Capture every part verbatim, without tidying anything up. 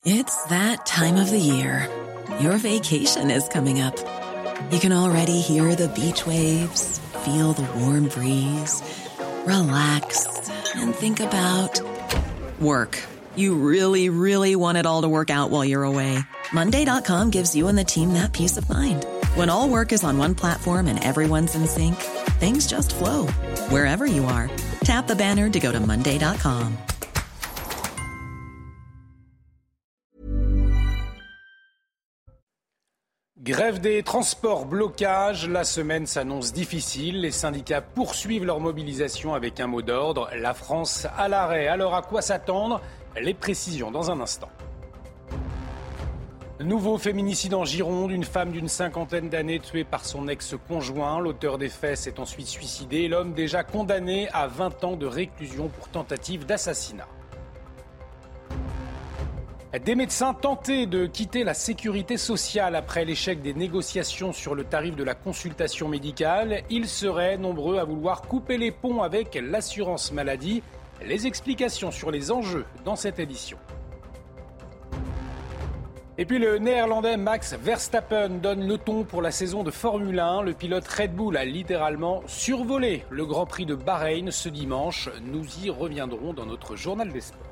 It's that time of the year. Your vacation is coming up. You can already hear the beach waves, feel the warm breeze, relax, and think about work. You really, really want it all to work out while you're away. Monday dot com gives you and the team that peace of mind. When all work is on one platform and everyone's in sync, things just flow. Wherever you are, tap the banner to go to Monday dot com. Grève des transports, blocage, la semaine s'annonce difficile. Les syndicats poursuivent leur mobilisation avec un mot d'ordre, la France à l'arrêt. Alors à quoi s'attendre ? Les précisions dans un instant. Nouveau féminicide en Gironde, une femme d'une cinquantaine d'années tuée par son ex-conjoint. L'auteur des faits s'est ensuite suicidé. L'homme déjà condamné à vingt ans de réclusion pour tentative d'assassinat. Des médecins tentés de quitter la sécurité sociale après l'échec des négociations sur le tarif de la consultation médicale. Ils seraient nombreux à vouloir couper les ponts avec l'assurance maladie. Les explications sur les enjeux dans cette édition. Et puis le néerlandais Max Verstappen donne le ton pour la saison de Formule un. Le pilote Red Bull a littéralement survolé le Grand Prix de Bahreïn ce dimanche. Nous y reviendrons dans notre journal des sports.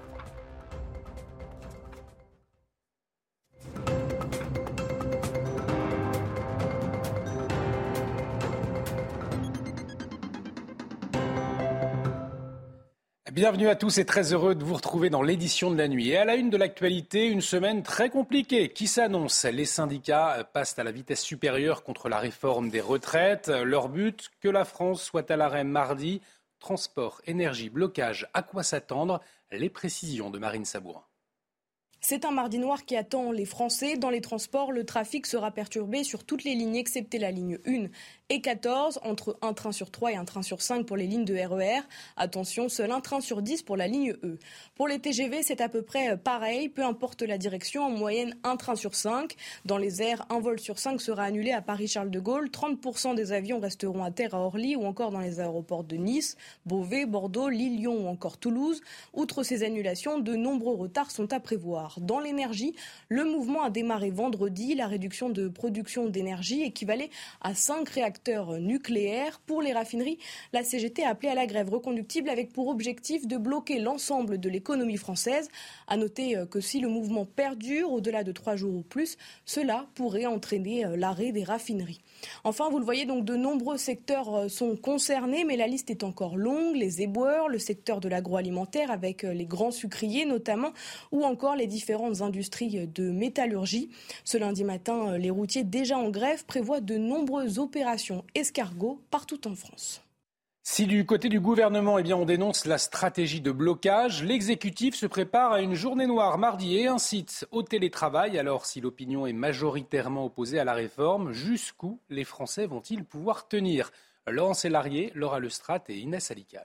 Bienvenue à tous et très heureux de vous retrouver dans l'édition de la nuit. Et à la une de l'actualité, une semaine très compliquée qui s'annonce. Les syndicats passent à la vitesse supérieure contre la réforme des retraites. Leur but, que la France soit à l'arrêt mardi. Transport, énergie, blocage, à quoi s'attendre ? Les précisions de Marine Sabourin. C'est un mardi noir qui attend les Français. Dans les transports, le trafic sera perturbé sur toutes les lignes excepté la ligne un et quatorze, entre un train sur trois et un train sur cinq pour les lignes de R E R. Attention, seul un train sur dix pour la ligne E. Pour les T G V, c'est à peu près pareil, peu importe la direction, en moyenne un train sur cinq. Dans les airs, un vol sur cinq sera annulé à Paris-Charles de Gaulle, trente pour cent des avions resteront à terre à Orly ou encore dans les aéroports de Nice, Beauvais, Bordeaux, Lille, Lyon ou encore Toulouse. Outre ces annulations, de nombreux retards sont à prévoir. Dans l'énergie, le mouvement a démarré vendredi. La réduction de production d'énergie équivalait à cinq réacteurs nucléaires. Pour les raffineries, la C G T a appelé à la grève reconductible avec pour objectif de bloquer l'ensemble de l'économie française. À noter que si le mouvement perdure au-delà de trois jours ou plus, cela pourrait entraîner l'arrêt des raffineries. Enfin, vous le voyez, donc de nombreux secteurs sont concernés, mais la liste est encore longue. Les éboueurs, le secteur de l'agroalimentaire avec les grands sucriers notamment, ou encore les différentes industries de métallurgie. Ce lundi matin, les routiers déjà en grève prévoient de nombreuses opérations escargots partout en France. Si du côté du gouvernement, eh bien, on dénonce la stratégie de blocage, l'exécutif se prépare à une journée noire mardi et incite au télétravail. Alors, si l'opinion est majoritairement opposée à la réforme, jusqu'où les Français vont-ils pouvoir tenir ? Laurent Sélarié, Laura Lestrade et Inès Alical.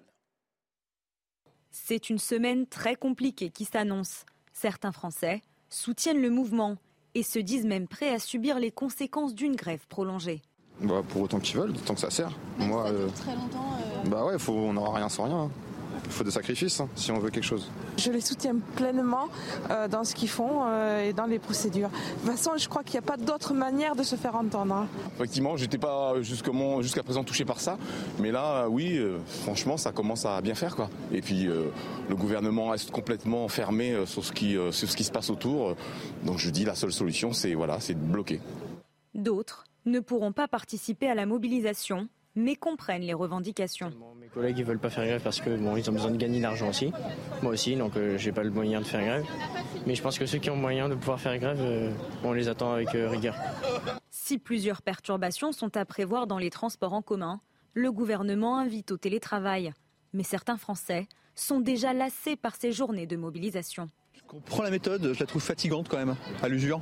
C'est une semaine très compliquée qui s'annonce. Certains Français soutiennent le mouvement et se disent même prêts à subir les conséquences d'une grève prolongée. Bah, pour autant qu'ils veulent, tant que ça sert. Même Moi, ça dure euh... très longtemps. Euh... Bah ouais, faut, on n'aura rien sans rien. Hein. Il faut des sacrifices hein, si on veut quelque chose. Je les soutiens pleinement euh, dans ce qu'ils font euh, et dans les procédures. De toute façon, je crois qu'il n'y a pas d'autre manière de se faire entendre. Hein. Effectivement, j'étais pas jusqu'à présent touché par ça, mais là, oui, euh, franchement, ça commence à bien faire, quoi. Et puis, euh, le gouvernement reste complètement fermé euh, sur, ce qui, euh, sur ce qui se passe autour. Donc, je dis, la seule solution, c'est voilà, c'est de bloquer. D'autres ne pourront pas participer à la mobilisation, mais comprennent les revendications. Mes collègues ne veulent pas faire grève parce que bon, ils ont besoin de gagner de l'argent aussi. Moi aussi, donc euh, j'ai pas le moyen de faire grève. Mais je pense que ceux qui ont le moyen de pouvoir faire grève, euh, on les attend avec euh, rigueur. Si plusieurs perturbations sont à prévoir dans les transports en commun, le gouvernement invite au télétravail. Mais certains Français sont déjà lassés par ces journées de mobilisation. Je comprends la méthode, je la trouve fatigante quand même, à l'usure.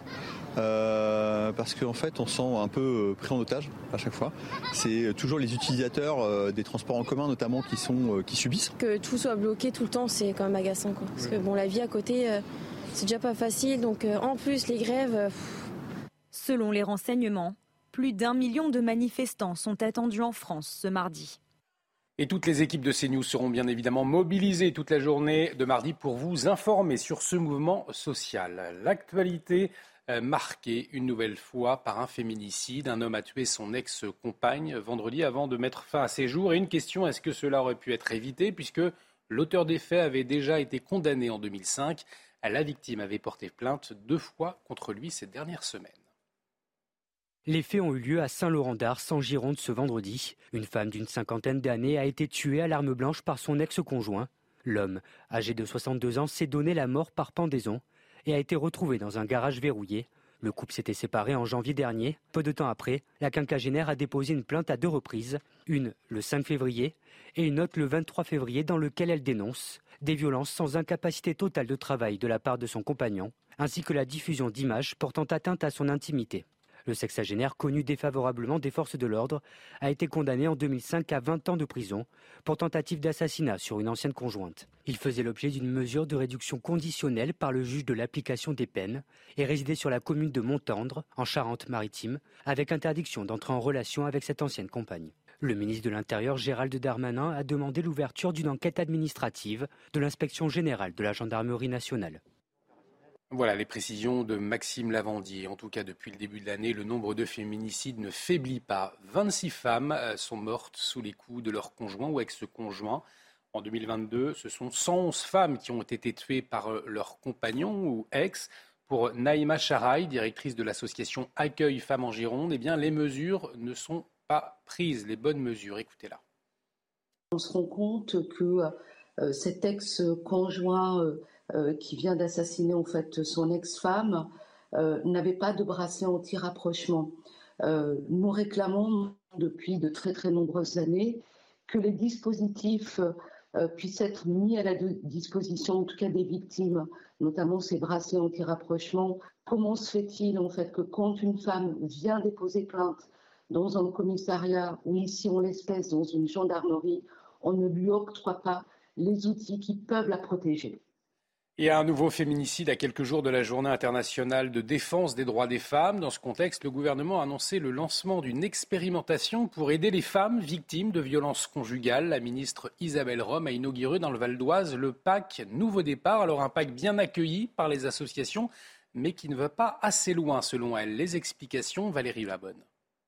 Euh, parce qu'en fait on se sent un peu pris en otage à chaque fois. C'est toujours les utilisateurs euh, des transports en commun notamment qui, sont, euh, qui subissent. Que tout soit bloqué tout le temps, c'est quand même agaçant, quoi. Parce que bon, la vie à côté, euh, c'est déjà pas facile, donc euh, en plus les grèves... Euh, Selon les renseignements, plus d'un million de manifestants sont attendus en France ce mardi. Et toutes les équipes de CNews seront bien évidemment mobilisées toute la journée de mardi pour vous informer sur ce mouvement social. L'actualité euh, marquée une nouvelle fois par un féminicide. Un homme a tué son ex-compagne vendredi avant de mettre fin à ses jours. Et une question, est-ce que cela aurait pu être évité puisque l'auteur des faits avait déjà été condamné en deux mille cinq. La victime avait porté plainte deux fois contre lui ces dernières semaines. Les faits ont eu lieu à Saint-Laurent-d'Ars, en Gironde, ce vendredi. Une femme d'une cinquantaine d'années a été tuée à l'arme blanche par son ex-conjoint. L'homme, âgé de soixante-deux ans, s'est donné la mort par pendaison et a été retrouvé dans un garage verrouillé. Le couple s'était séparé en janvier dernier. Peu de temps après, la quinquagénaire a déposé une plainte à deux reprises. Une le cinq février et une autre le vingt-trois février dans lequel elle dénonce des violences sans incapacité totale de travail de la part de son compagnon, ainsi que la diffusion d'images portant atteinte à son intimité. Le sexagénaire, connu défavorablement des forces de l'ordre, a été condamné en deux mille cinq à vingt ans de prison pour tentative d'assassinat sur une ancienne conjointe. Il faisait l'objet d'une mesure de réduction conditionnelle par le juge de l'application des peines et résidait sur la commune de Montendre, en Charente-Maritime, avec interdiction d'entrer en relation avec cette ancienne compagne. Le ministre de l'Intérieur, Gérald Darmanin, a demandé l'ouverture d'une enquête administrative de l'inspection générale de la gendarmerie nationale. Voilà les précisions de Maxime Lavandier. En tout cas, depuis le début de l'année, le nombre de féminicides ne faiblit pas. vingt-six femmes sont mortes sous les coups de leur conjoint ou ex-conjoint. En deux mille vingt-deux, ce sont cent onze femmes qui ont été tuées par leur compagnon ou ex. Pour Naïma Charaï, directrice de l'association Accueil Femmes en Gironde, eh bien, les mesures ne sont pas prises, les bonnes mesures. Écoutez-la. On se rend compte que euh, cet ex-conjoint... Euh, Euh, qui vient d'assassiner en fait son ex-femme, euh, n'avait pas de bracelet anti-rapprochement. Euh, nous réclamons depuis de très très nombreuses années que les dispositifs euh, puissent être mis à la disposition, en tout cas des victimes, notamment ces bracelets anti-rapprochement. Comment se fait-il en fait que quand une femme vient déposer plainte dans un commissariat ou ici en l'espèce dans une gendarmerie, on ne lui octroie pas les outils qui peuvent la protéger? Et un nouveau féminicide à quelques jours de la Journée internationale de défense des droits des femmes. Dans ce contexte, le gouvernement a annoncé le lancement d'une expérimentation pour aider les femmes victimes de violences conjugales. La ministre Isabelle Rome a inauguré dans le Val d'Oise le Pacte Nouveau Départ. Alors un pacte bien accueilli par les associations, mais qui ne va pas assez loin selon elle. Les explications, Valérie Labonne.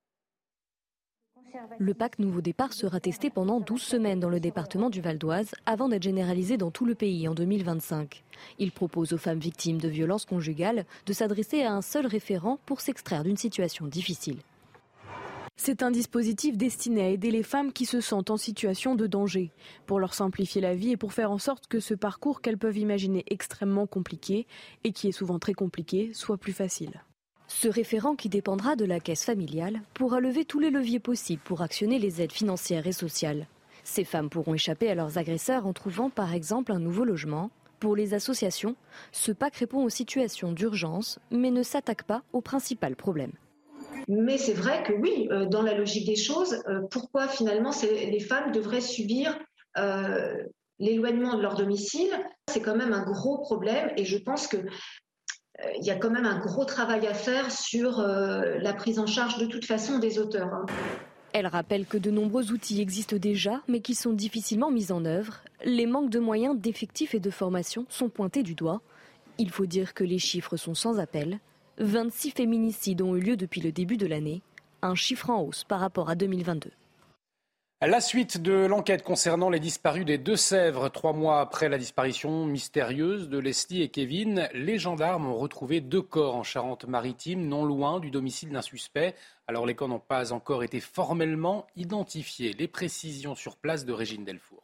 Le pacte Nouveau Départ sera testé pendant douze semaines dans le département du Val d'Oise avant d'être généralisé dans tout le pays en deux mille vingt-cinq. Il propose aux femmes victimes de violences conjugales de s'adresser à un seul référent pour s'extraire d'une situation difficile. C'est un dispositif destiné à aider les femmes qui se sentent en situation de danger, pour leur simplifier la vie et pour faire en sorte que ce parcours qu'elles peuvent imaginer extrêmement compliqué et qui est souvent très compliqué soit plus facile. Ce référent, qui dépendra de la caisse familiale, pourra lever tous les leviers possibles pour actionner les aides financières et sociales. Ces femmes pourront échapper à leurs agresseurs en trouvant par exemple un nouveau logement. Pour les associations, ce pacte répond aux situations d'urgence, mais ne s'attaque pas au principal problème. Mais c'est vrai que oui, euh, dans la logique des choses, euh, pourquoi finalement les femmes devraient subir euh, l'éloignement de leur domicile? C'est quand même un gros problème et je pense que il y a quand même un gros travail à faire sur euh, la prise en charge de toute façon des auteurs. Hein. Elle rappelle que de nombreux outils existent déjà, mais qui sont difficilement mis en œuvre. Les manques de moyens, d'effectifs et de formation sont pointés du doigt. Il faut dire que les chiffres sont sans appel. vingt-six féminicides ont eu lieu depuis le début de l'année, un chiffre en hausse par rapport à deux mille vingt-deux. La suite de l'enquête concernant les disparus des Deux-Sèvres. Trois mois après la disparition mystérieuse de Leslie et Kevin, les gendarmes ont retrouvé deux corps en Charente-Maritime, non loin du domicile d'un suspect. Alors les corps n'ont pas encore été formellement identifiés. Les précisions sur place de Régine Delfour.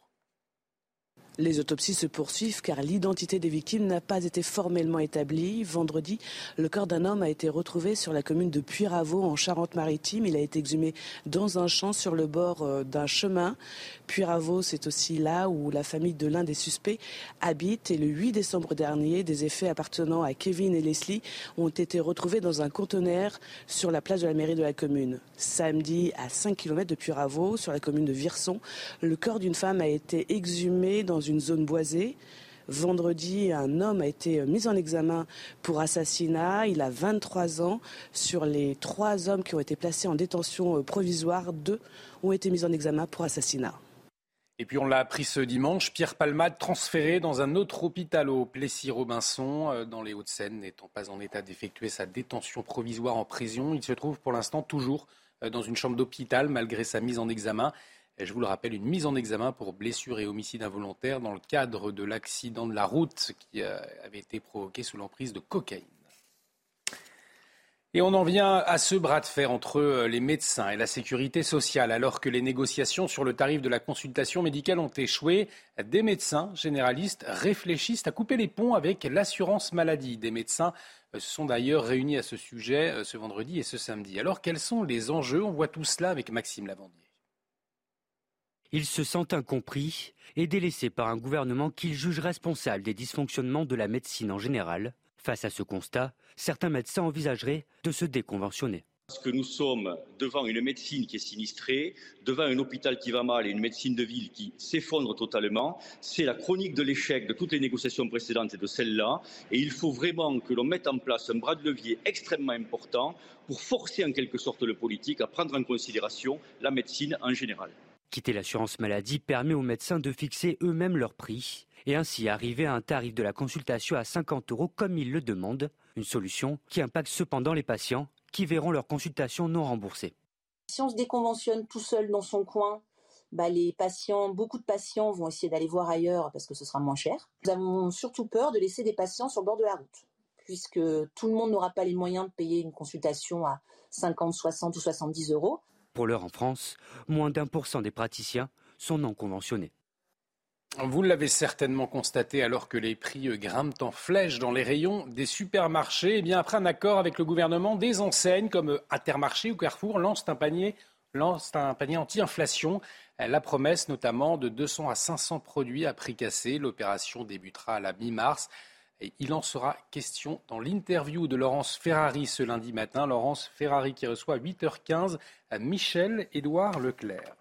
Les autopsies se poursuivent car l'identité des victimes n'a pas été formellement établie. Vendredi, le corps d'un homme a été retrouvé sur la commune de Puyraveau en Charente-Maritime. Il a été exhumé dans un champ sur le bord d'un chemin. Puyraveau, c'est aussi là où la famille de l'un des suspects habite. Et le huit décembre dernier, des effets appartenant à Kevin et Leslie ont été retrouvés dans un conteneur sur la place de la mairie de la commune. Samedi, à cinq kilomètres de Puyraveau, sur la commune de Virson, le corps d'une femme a été exhumé dans une zone boisée. Vendredi, un homme a été mis en examen pour assassinat. Il a vingt-trois ans. Sur les trois hommes qui ont été placés en détention provisoire, deux ont été mis en examen pour assassinat. Et puis on l'a appris ce dimanche, Pierre Palmade transféré dans un autre hôpital au Plessis-Robinson, dans les Hauts-de-Seine, n'étant pas en état d'effectuer sa détention provisoire en prison. Il se trouve pour l'instant toujours dans une chambre d'hôpital malgré sa mise en examen. Et je vous le rappelle, une mise en examen pour blessure et homicide involontaire dans le cadre de l'accident de la route qui avait été provoqué sous l'emprise de cocaïne. Et on en vient à ce bras de fer entre les médecins et la sécurité sociale. Alors que les négociations sur le tarif de la consultation médicale ont échoué, des médecins généralistes réfléchissent à couper les ponts avec l'assurance maladie. Des médecins se sont d'ailleurs réunis à ce sujet ce vendredi et ce samedi. Alors quels sont les enjeux ? On voit tout cela avec Maxime Lavandier. Ils se sentent incompris et délaissés par un gouvernement qu'ils jugent responsable des dysfonctionnements de la médecine en général. Face à ce constat, certains médecins envisageraient de se déconventionner. Parce que nous sommes devant une médecine qui est sinistrée, devant un hôpital qui va mal et une médecine de ville qui s'effondre totalement. C'est la chronique de l'échec de toutes les négociations précédentes et de celle-là. Et il faut vraiment que l'on mette en place un bras de levier extrêmement important pour forcer en quelque sorte le politique à prendre en considération la médecine en général. Quitter l'assurance maladie permet aux médecins de fixer eux-mêmes leur prix et ainsi arriver à un tarif de la consultation à cinquante euros comme ils le demandent. Une solution qui impacte cependant les patients qui verront leur consultation non remboursée. Si on se déconventionne tout seul dans son coin, bah les patients, beaucoup de patients vont essayer d'aller voir ailleurs parce que ce sera moins cher. Nous avons surtout peur de laisser des patients sur le bord de la route, puisque tout le monde n'aura pas les moyens de payer une consultation à cinquante, soixante ou soixante-dix euros. Pour l'heure en France, moins d'un pour cent des praticiens sont non conventionnés. Vous l'avez certainement constaté alors que les prix grimpent en flèche dans les rayons des supermarchés. Et bien après un accord avec le gouvernement, des enseignes comme Intermarché ou Carrefour lancent un panier, lancent un panier anti-inflation. La promesse notamment de deux cents à cinq cents produits à prix cassé. L'opération débutera à la mi-mars. Et il en sera question dans l'interview de Laurence Ferrari ce lundi matin. Laurence Ferrari qui reçoit à huit heures quinze à Michel-Édouard Leclerc.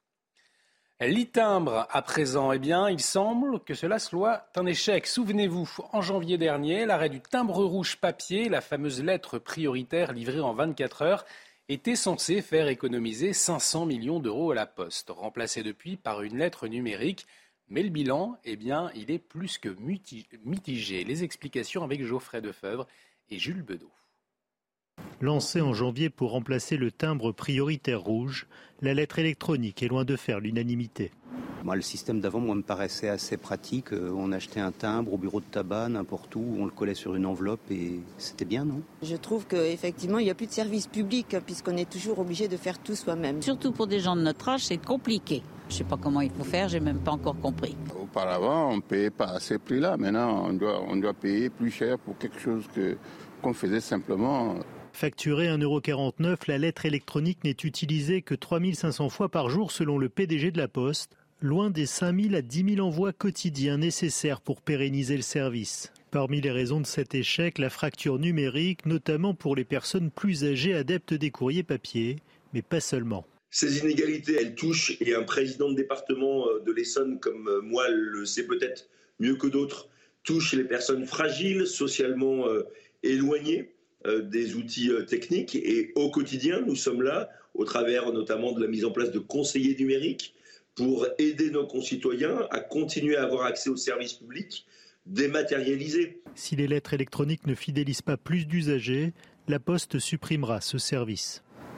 L'e-timbre, à présent, eh bien, il semble que cela soit un échec. Souvenez-vous, en janvier dernier, l'arrêt du timbre rouge papier, la fameuse lettre prioritaire livrée en vingt-quatre heures, était censé faire économiser cinq cents millions d'euros à la Poste, remplacée depuis par une lettre numérique. Mais le bilan, eh bien, il est plus que mitigé. Les explications avec Geoffrey Defebvre et Jules Bedeau. Lancée en janvier pour remplacer le timbre prioritaire rouge, la lettre électronique est loin de faire l'unanimité. Moi, le système d'avant, moi, me paraissait assez pratique. On achetait un timbre au bureau de tabac, n'importe où, on le collait sur une enveloppe et c'était bien, non ? Je trouve qu'effectivement, il n'y a plus de service public puisqu'on est toujours obligé de faire tout soi-même. Surtout pour des gens de notre âge, c'est compliqué. Je ne sais pas comment il faut faire, je n'ai même pas encore compris. Auparavant, on ne payait pas à ces prix-là. Maintenant, on doit, on doit payer plus cher pour quelque chose que, qu'on faisait simplement. Facturée un euro quarante-neuf, la lettre électronique n'est utilisée que trois mille cinq cents fois par jour selon le P D G de la Poste, loin des cinq mille à dix mille envois quotidiens nécessaires pour pérenniser le service. Parmi les raisons de cet échec, la fracture numérique, notamment pour les personnes plus âgées adeptes des courriers papier, mais pas seulement. Ces inégalités, elles touchent, et un président de département de l'Essonne comme moi le sait peut-être mieux que d'autres, touchent les personnes fragiles, socialement éloignées des outils techniques. Et au quotidien, nous sommes là, au travers notamment de la mise en place de conseillers numériques, pour aider nos concitoyens à continuer à avoir accès aux services publics dématérialisés. Si les lettres électroniques ne fidélisent pas plus d'usagers, la Poste supprimera ce service.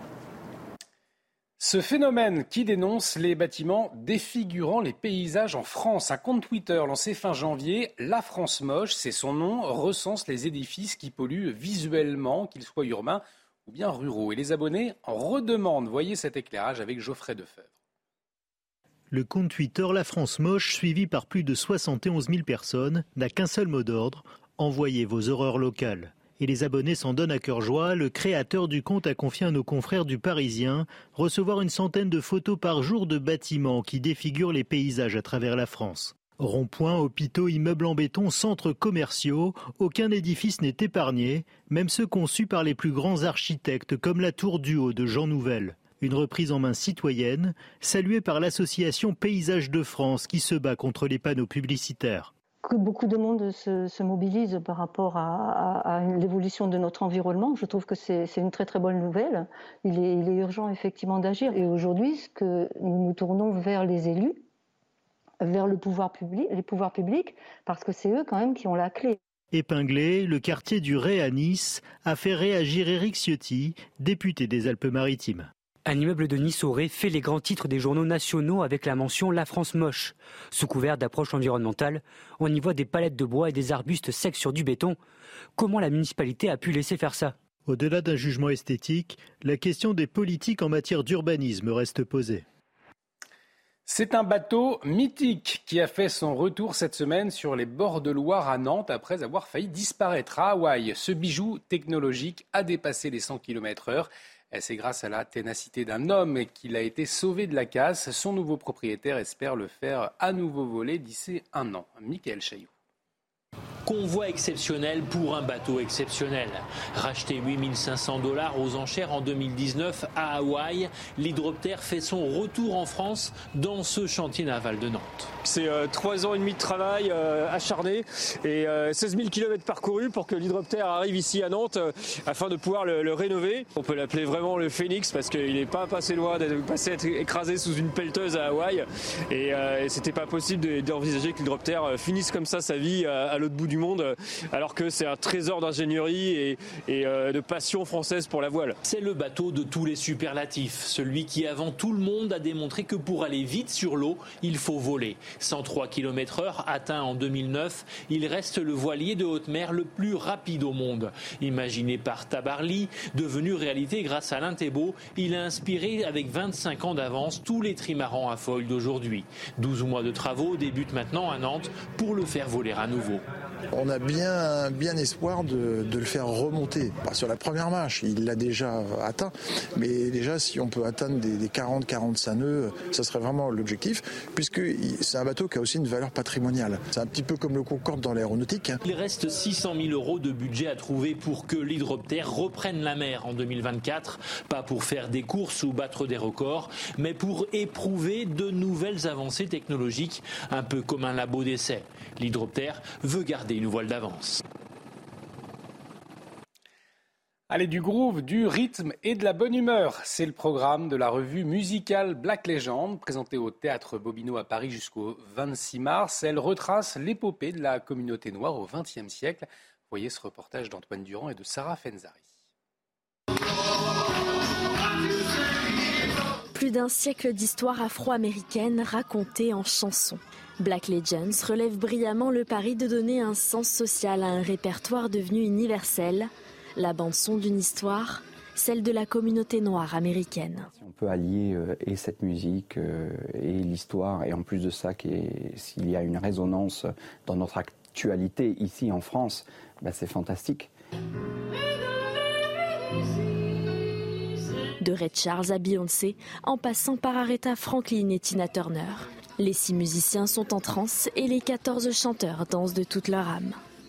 Ce phénomène qui dénonce les bâtiments défigurant les paysages en France. Un compte Twitter lancé fin janvier, La France Moche, c'est son nom, recense les édifices qui polluent visuellement, qu'ils soient urbains ou bien ruraux. Et les abonnés en redemandent. Voyez cet éclairage avec Geoffrey Defebvre. Le compte Twitter La France Moche, suivi par plus de soixante et onze mille personnes, n'a qu'un seul mot d'ordre, envoyez vos horreurs locales. Et les abonnés s'en donnent à cœur joie. Le créateur du compte a confié à nos confrères du Parisien recevoir une centaine de photos par jour de bâtiments qui défigurent les paysages à travers la France. Ronds-points, hôpitaux, immeubles en béton, centres commerciaux, aucun édifice n'est épargné, même ceux conçus par les plus grands architectes comme la Tour du Haut de Jean Nouvel. Une reprise en main citoyenne, saluée par l'association Paysages de France qui se bat contre les panneaux publicitaires. Que beaucoup de monde se, se mobilise par rapport à, à, à l'évolution de notre environnement. Je trouve que c'est, c'est une très très bonne nouvelle. Il est, il est urgent effectivement d'agir. Et aujourd'hui, ce que nous nous tournons vers les élus vers le pouvoir public, les pouvoirs publics, parce que c'est eux quand même qui ont la clé. Épinglé, le quartier du Ray à Nice a fait réagir Éric Ciotti, député des Alpes-Maritimes. Un immeuble de Nice aurait fait les grands titres des journaux nationaux avec la mention « La France moche ». Sous couvert d'approche environnementale, on y voit des palettes de bois et des arbustes secs sur du béton. Comment la municipalité a pu laisser faire ça ? Au-delà d'un jugement esthétique, la question des politiques en matière d'urbanisme reste posée. C'est un bateau mythique qui a fait son retour cette semaine sur les bords de Loire à Nantes après avoir failli disparaître à Hawaï. Ce bijou technologique a dépassé les cent kilomètres heure. C'est grâce à la ténacité d'un homme qu'il a été sauvé de la casse. Son nouveau propriétaire espère le faire à nouveau voler d'ici un an. Mickaël Chailloux. Convoi exceptionnel pour un bateau exceptionnel. Racheté huit mille cinq cents dollars aux enchères en deux mille dix-neuf à Hawaï, l'hydroptère fait son retour en France dans ce chantier naval de Nantes. C'est euh, trois ans et demi de travail euh, acharné et euh, seize mille kilomètres parcourus pour que l'hydroptère arrive ici à Nantes euh, afin de pouvoir le, le rénover. On peut l'appeler vraiment le phénix parce qu'il n'est pas passé loin d'être passé être écrasé sous une pelleteuse à Hawaï et, euh, et c'était pas possible d'envisager que l'hydroptère finisse comme ça sa vie à, à l'autre bout du monde, alors que c'est un trésor d'ingénierie et, et euh, de passion française pour la voile. C'est le bateau de tous les superlatifs, celui qui avant tout le monde a démontré que pour aller vite sur l'eau, il faut voler. cent trois kilomètres heure atteint en deux mille neuf, il reste le voilier de haute mer le plus rapide au monde. Imaginé par Tabarly, devenu réalité grâce à Alain Thébault, il a inspiré avec vingt-cinq ans d'avance tous les trimarans à foil d'aujourd'hui. douze mois de travaux débutent maintenant à Nantes pour le faire voler à nouveau. On a bien, bien espoir de, de le faire remonter. Pas sur la première marche, il l'a déjà atteint, mais déjà si on peut atteindre des, des quarante à quarante-cinq nœuds, ça serait vraiment l'objectif, puisque c'est un bateau qui a aussi une valeur patrimoniale. C'est un petit peu comme le Concorde dans l'aéronautique. Il reste six cent mille euros de budget à trouver pour que l'hydroptère reprenne la mer en deux mille vingt-quatre. Pas pour faire des courses ou battre des records, mais pour éprouver de nouvelles avancées technologiques, un peu comme un labo d'essai. L'hydroptère veut garder une voile d'avance. Allez, du groove, du rythme et de la bonne humeur. C'est le programme de la revue musicale Black Legend, présentée au Théâtre Bobino à Paris jusqu'au vingt-six mars. Elle retrace l'épopée de la communauté noire au vingtième siècle. Voyez ce reportage d'Antoine Durand et de Sarah Fenzari. Plus d'un siècle d'histoire afro-américaine racontée en chansons. Black Legends relève brillamment le pari de donner un sens social à un répertoire devenu universel. La bande-son d'une histoire, celle de la communauté noire américaine. On peut allier euh, et cette musique euh, et l'histoire, et en plus de ça, s'il y a une résonance dans notre actualité ici en France, bah, c'est fantastique. De Ray Charles à Beyoncé, en passant par Aretha Franklin et Tina Turner. Les six musiciens sont en transe et les quatorze chanteurs dansent de toute leur âme.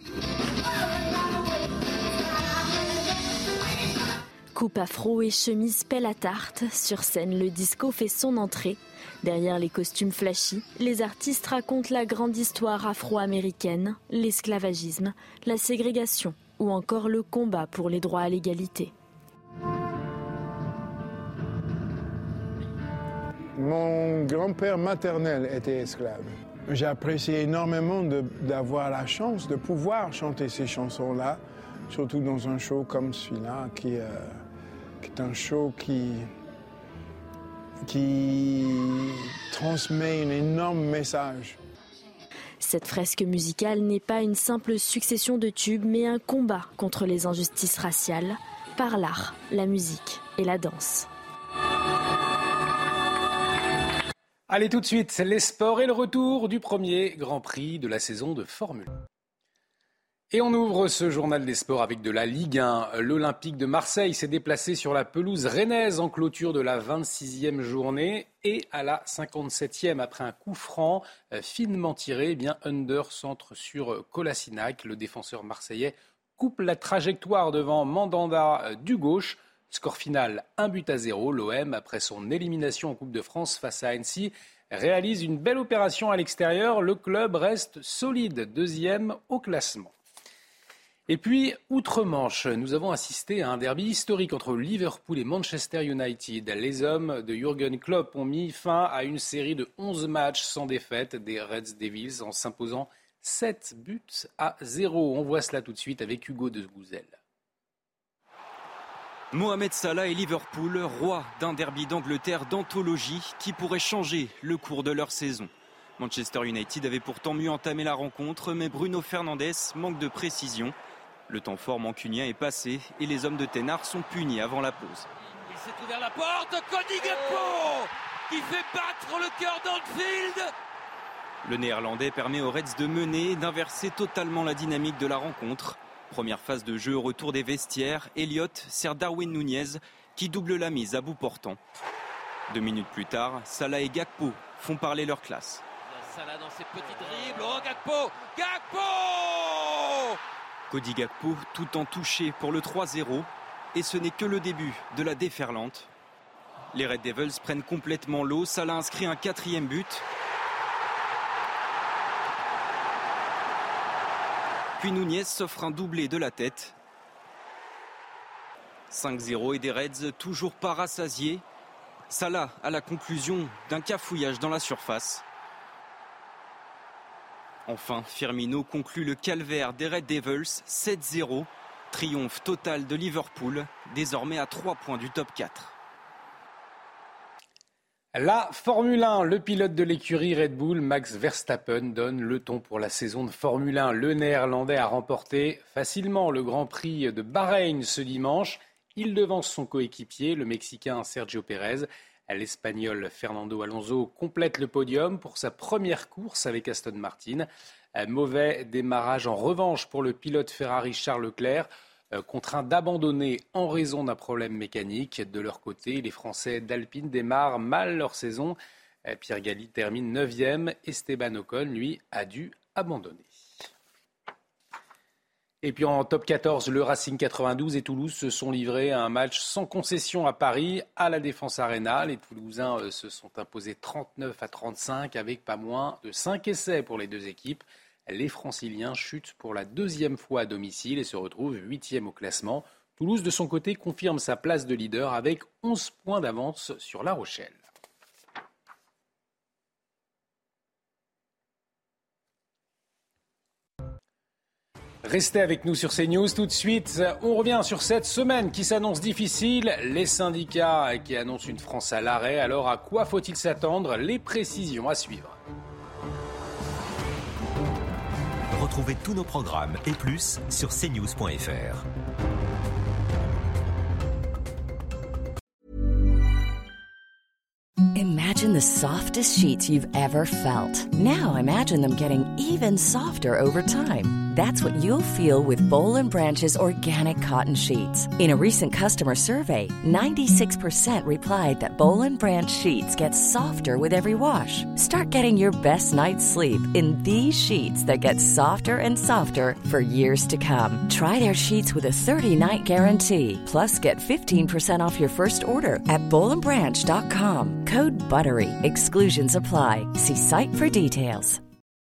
Coupe afro et chemise pelle à tarte, sur scène le disco fait son entrée. Derrière les costumes flashy, les artistes racontent la grande histoire afro-américaine, l'esclavagisme, la ségrégation ou encore le combat pour les droits à l'égalité. Mon grand-père maternel était esclave. J'ai apprécié énormément de, d'avoir la chance de pouvoir chanter ces chansons-là, surtout dans un show comme celui-là, qui, euh, qui est un show qui, qui transmet un énorme message. Cette fresque musicale n'est pas une simple succession de tubes, mais un combat contre les injustices raciales, par l'art, la musique et la danse. Allez, tout de suite, les sports et le retour du premier Grand Prix de la saison de Formule un. Et on ouvre ce journal des sports avec de la Ligue un. L'Olympique de Marseille s'est déplacé sur la pelouse rennaise en clôture de la vingt-sixième journée et à la cinquante-septième, après un coup franc euh, finement tiré, eh bien Under centre sur Kolasinac. Le défenseur marseillais coupe la trajectoire devant Mandanda euh, du gauche. Score final, un but à zéro. L'O M, après son élimination en Coupe de France face à Annecy, réalise une belle opération à l'extérieur. Le club reste solide, deuxième au classement. Et puis, outre-Manche, nous avons assisté à un derby historique entre Liverpool et Manchester United. Les hommes de Jürgen Klopp ont mis fin à une série de onze matchs sans défaite des Red Devils en s'imposant sept buts à zéro. On voit cela tout de suite avec Hugo de Gouzel. Mohamed Salah et Liverpool, rois d'un derby d'Angleterre d'anthologie qui pourrait changer le cours de leur saison. Manchester United avait pourtant mieux entamé la rencontre, mais Bruno Fernandes manque de précision. Le temps fort mancunien est passé et les hommes de Ten Hag sont punis avant la pause. Il s'est ouvert la porte, Cody Gakpo qui fait battre le cœur d'Anfield. Le Néerlandais permet aux Reds de mener et d'inverser totalement la dynamique de la rencontre. Première phase de jeu au retour des vestiaires, Elliott sert Darwin Nunez qui double la mise à bout portant. Deux minutes plus tard, Salah et Gakpo font parler leur classe. Salah dans ses petits dribbles, oh Gakpo, Gakpo Cody Gakpo tout en touché pour le trois zéro et ce n'est que le début de la déferlante. Les Red Devils prennent complètement l'eau, Salah inscrit un quatrième but. Puis Nunez s'offre un doublé de la tête. cinq zéro et des Reds toujours pas rassasiés. Salah à la conclusion d'un cafouillage dans la surface. Enfin, Firmino conclut le calvaire des Red Devils, sept zéro. Triomphe total de Liverpool, désormais à trois points du top quatre. La Formule un, le pilote de l'écurie Red Bull, Max Verstappen, donne le ton pour la saison de Formule un. Le Néerlandais a remporté facilement le Grand Prix de Bahreïn ce dimanche. Il devance son coéquipier, le Mexicain Sergio Pérez. L'Espagnol Fernando Alonso complète le podium pour sa première course avec Aston Martin. Un mauvais démarrage en revanche pour le pilote Ferrari Charles Leclerc, contraint d'abandonner en raison d'un problème mécanique. De leur côté, les Français d'Alpine démarrent mal leur saison. Pierre Gasly termine neuvième. Esteban Ocon, lui, a dû abandonner. Et puis en top quatorze, le Racing quatre-vingt-douze et Toulouse se sont livrés à un match sans concession à Paris, à la Défense Arena. Les Toulousains se sont imposés trente-neuf à trente-cinq avec pas moins de cinq essais pour les deux équipes. Les Franciliens chutent pour la deuxième fois à domicile et se retrouvent huitième au classement. Toulouse, de son côté, confirme sa place de leader avec onze points d'avance sur La Rochelle. Restez avec nous sur CNews. Tout de suite, on revient sur cette semaine qui s'annonce difficile. Les syndicats qui annoncent une France à l'arrêt. Alors, à quoi faut-il s'attendre? Les précisions à suivre. Retrouvez tous nos programmes et plus sur c news point f r. Imagine the softest sheets you've ever felt. Now imagine them getting even softer over time. That's what you'll feel with Boll and Branch's organic cotton sheets. In a recent customer survey, ninety-six percent replied that Boll and Branch sheets get softer with every wash. Start getting your best night's sleep in these sheets that get softer and softer for years to come. Try their sheets with a thirty-night guarantee. Plus, get fifteen percent off your first order at boll and branch dot com. Code BUTTERY. Exclusions apply. See site for details.